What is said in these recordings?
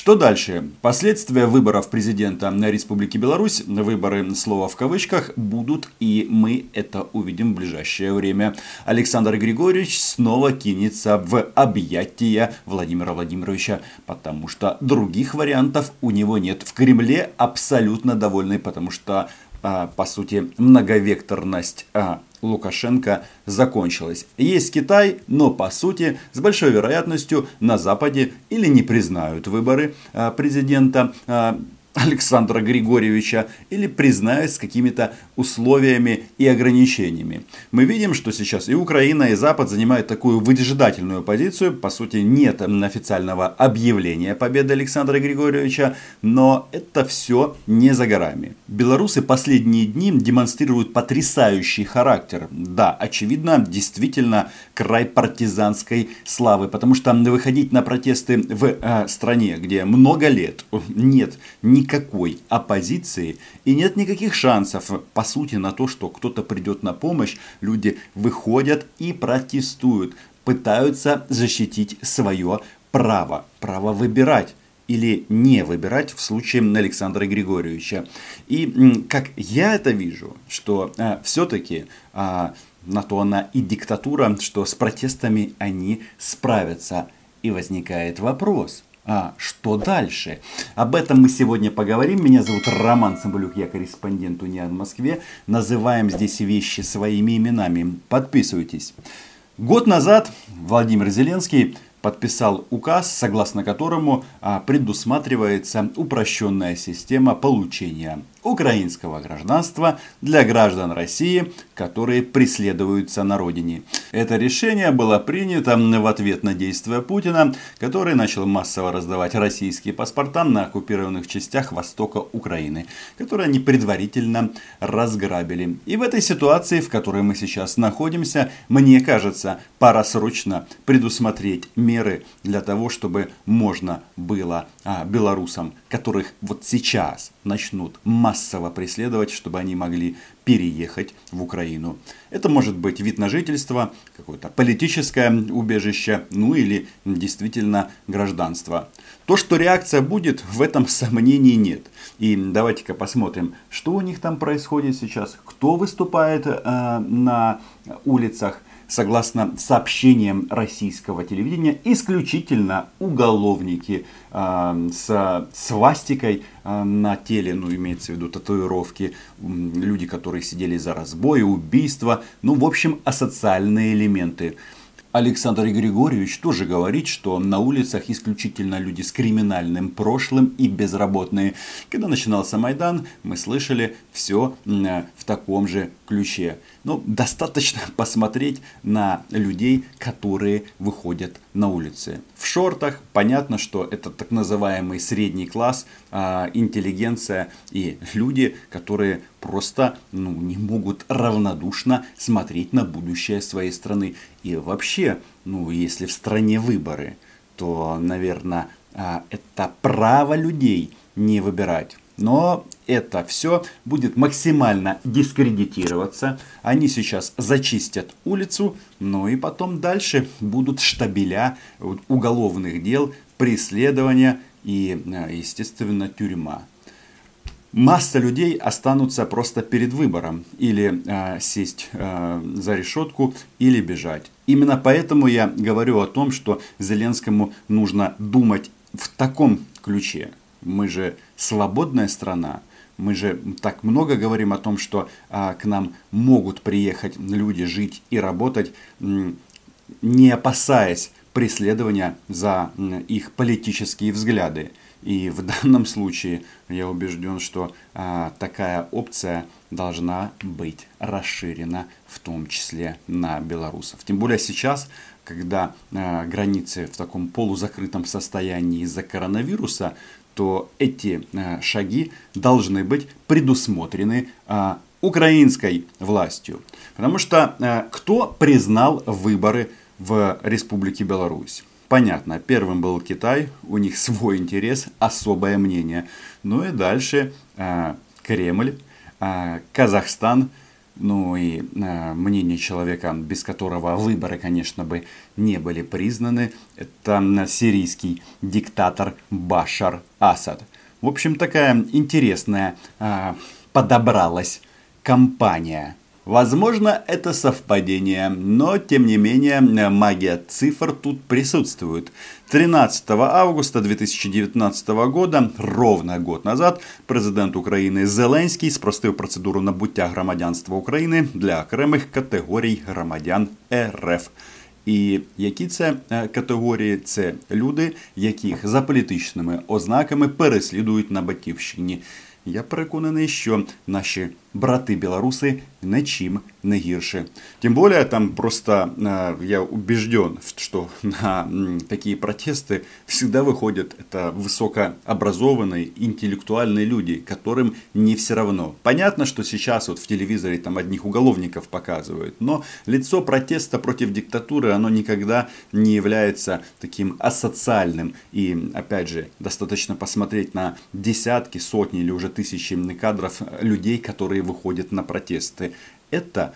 Что дальше? Последствия выборов президента Республики Беларусь, выборы слова в кавычках, будут, и мы это увидим в ближайшее время. Александр Григорьевич снова кинется в объятия Владимира Владимировича, потому что других вариантов у него нет. В Кремле абсолютно довольны, потому что, по сути, многовекторность Лукашенко закончилась. Есть Китай, но по сути с большой вероятностью на Западе или не признают выборы президента Александра Григорьевича, или признают с какими-то условиями и ограничениями. Мы видим, что сейчас и Украина, и Запад занимают такую выжидательную позицию. По сути, нет официального объявления победы Александра Григорьевича, но это все не за горами. Белорусы последние дни демонстрируют потрясающий характер. Да, очевидно, действительно край партизанской славы, потому что выходить на протесты в стране, где много лет нет никакой оппозиции и нет никаких шансов, по сути, на то, что кто-то придет на помощь, люди выходят и протестуют, пытаются защитить свое право выбирать или не выбирать в случае Александра Григорьевича. И как я это вижу, что все-таки на то она и диктатура, что с протестами они справятся. И возникает вопрос: что дальше? Об этом мы сегодня поговорим. Меня зовут Роман Цымбалюк, я корреспондент Униан в Москве. Называем здесь вещи своими именами. Подписывайтесь. Год назад Владимир Зеленский подписал указ, согласно которому предусматривается упрощенная система получения украинского гражданства для граждан России, которые преследуются на родине. Это решение было принято в ответ на действия Путина, который начал массово раздавать российские паспорта на оккупированных частях востока Украины, которые они предварительно разграбили. И в этой ситуации, в которой мы сейчас находимся, мне кажется, пора срочно предусмотреть меры для того, чтобы можно было белорусам, которых вот сейчас начнут массово преследовать, чтобы они могли переехать в Украину. Это может быть вид на жительство, какое-то политическое убежище, ну или действительно гражданство. То, что реакция будет, в этом сомнений нет. И давайте-ка посмотрим, что у них там происходит сейчас, кто выступает на улицах. Согласно сообщениям российского телевидения, исключительно уголовники с свастикой на теле, ну имеется в виду татуировки, люди, которые сидели за разбой, убийства, ну в общем асоциальные элементы. Александр Григорьевич тоже говорит, что на улицах исключительно люди с криминальным прошлым и безработные. Когда начинался Майдан, мы слышали все в таком же ключе. Но достаточно посмотреть на людей, которые выходят на улицы. В шортах понятно, что это так называемый средний класс, интеллигенция и люди, которые просто не могут равнодушно смотреть на будущее своей страны. И вообще, если в стране выборы, то, наверное, это право людей не выбирать. Но это все будет максимально дискредитироваться. Они сейчас зачистят улицу, ну и потом дальше будут штабеля уголовных дел, преследования и, естественно, тюрьма. Масса людей останутся просто перед выбором. Или сесть за решетку, или бежать. Именно поэтому я говорю о том, что Зеленскому нужно думать в таком ключе. Мы же свободная страна. Мы же так много говорим о том, что к нам могут приехать люди жить и работать, не опасаясь преследования за их политические взгляды. И в данном случае я убежден, что такая опция должна быть расширена, в том числе на белорусов. Тем более сейчас, когда границы в таком полузакрытом состоянии из-за коронавируса, то эти шаги должны быть предусмотрены украинской властью. Потому что кто признал выборы в Республике Беларусь? Понятно, первым был Китай, у них свой интерес, особое мнение. Ну и дальше Кремль, Казахстан, Ну и мнение человека, без которого выборы, конечно, бы не были признаны, это сирийский диктатор Башар Асад. В общем, такая интересная подобралась компания. Возможно, это совпадение, но тем не менее магия цифр тут присутствует. 13 августа 2019 года, ровно год назад, президент України Зеленський спростив процедуру набуття громадянства України для окремих категорій громадян РФ. І які це категорії? Це люди, яких за політичними ознаками переслідують на батьківщині. Я переконаний, що наші брати-белорусы ничем не гірше. Тем более, там просто я убежден, что на такие протесты всегда выходят это высокообразованные, интеллектуальные люди, которым не все равно. Понятно, что сейчас вот в телевизоре там одних уголовников показывают, но лицо протеста против диктатуры, оно никогда не является таким асоциальным. И, опять же, достаточно посмотреть на десятки, сотни или уже тысячи кадров людей, которые выходят на протесты. Это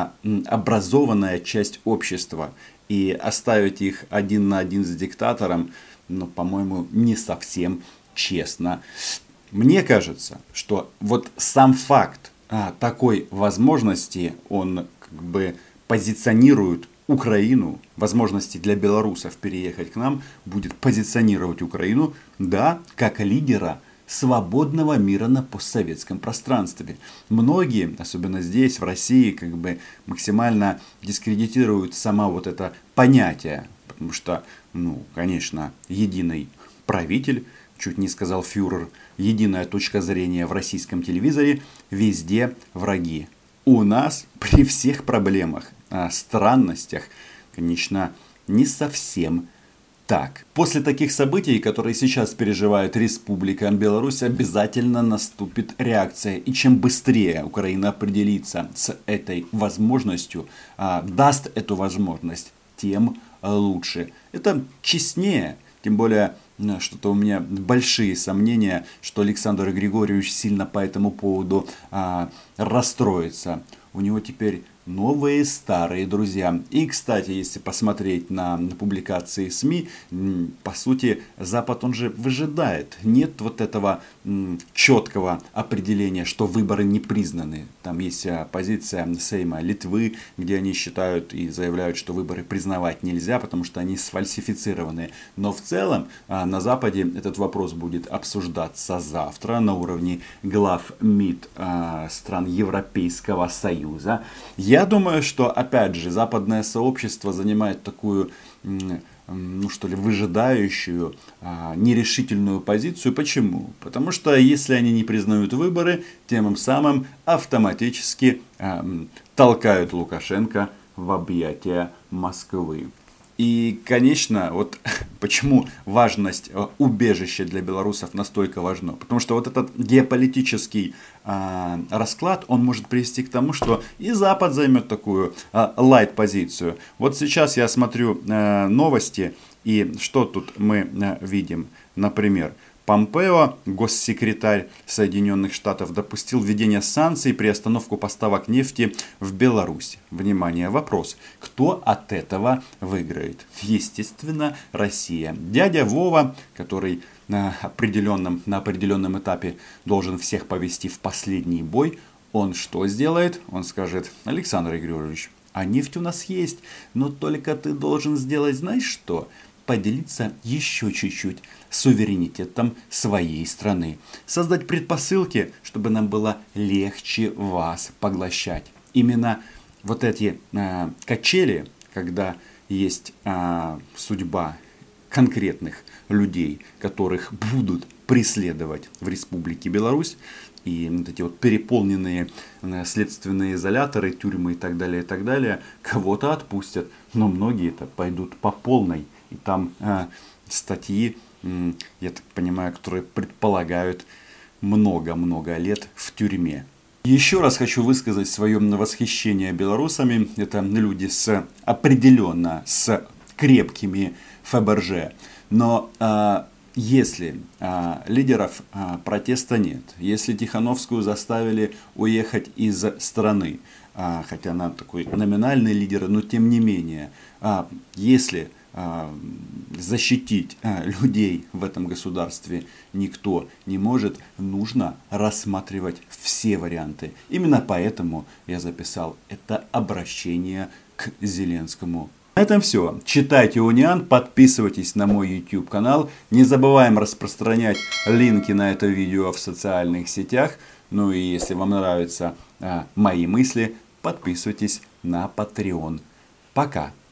образованная часть общества. И оставить их один на один с диктатором, ну, по-моему, не совсем честно. Мне кажется, что вот сам факт такой возможности, он как бы позиционирует Украину, возможности для белорусов переехать к нам, будет позиционировать Украину, да, как лидера свободного мира на постсоветском пространстве. Многие, особенно здесь, в России, как бы максимально дискредитируют само вот это понятие. Потому что, ну, конечно, единый правитель, чуть не сказал фюрер, единая точка зрения в российском телевизоре, везде враги. У нас при всех проблемах, странностях, конечно, не совсем так. После таких событий, которые сейчас переживает Республика Беларусь, обязательно наступит реакция. И чем быстрее Украина определится с этой возможностью, даст эту возможность, тем лучше. Это честнее. Тем более, что-то у меня большие сомнения, что Александр Григорьевич сильно по этому поводу расстроится. У него теперь новые старые друзья. И, кстати, если посмотреть на публикации СМИ, по сути, Запад, он же выжидает. Нет вот этого четкого определения, что выборы не признаны. Там есть позиция Сейма Литвы, где они считают и заявляют, что выборы признавать нельзя, потому что они сфальсифицированы. Но в целом на Западе этот вопрос будет обсуждаться завтра на уровне глав МИД стран Европейского Союза. Я думаю, что, опять же, западное сообщество занимает такую, ну что ли, выжидающую, нерешительную позицию. Почему? Потому что если они не признают выборы, тем самым автоматически толкают Лукашенко в объятия Москвы. И, конечно, вот почему важность убежища для белорусов настолько важна. Потому что вот этот геополитический расклад, он может привести к тому, что и Запад займет такую лайт-позицию. Вот сейчас я смотрю новости, и что тут мы видим? Например, Помпео, госсекретарь Соединенных Штатов, допустил введение санкций при остановку поставок нефти в Беларусь. Внимание, вопрос. Кто от этого выиграет? Естественно, Россия. Дядя Вова, который на определенном этапе должен всех повести в последний бой, он что сделает? Он скажет: Александр Григорьевич, а нефть у нас есть, но только ты должен сделать, знаешь что? Поделиться еще чуть-чуть суверенитетом своей страны. Создать предпосылки, чтобы нам было легче вас поглощать. Именно вот эти качели, когда есть судьба конкретных людей, которых будут преследовать в Республике Беларусь, и вот эти вот переполненные следственные изоляторы, тюрьмы и так далее, кого-то отпустят, но многие-то пойдут по полной. И там статьи, я так понимаю, которые предполагают много-много лет в тюрьме. Еще раз хочу высказать свое восхищение белорусами. Это люди определенно с крепкими ФБРЖ. Но Если лидеров протеста нет, если Тихановскую заставили уехать из страны, хотя она такой номинальный лидер, но тем не менее, если защитить людей в этом государстве никто не может, нужно рассматривать все варианты. Именно поэтому я записал это обращение к Зеленскому. На этом все. Читайте Униан, подписывайтесь на мой YouTube канал. Не забываем распространять линки на это видео в социальных сетях. Ну и если вам нравятся мои мысли, подписывайтесь на Patreon. Пока.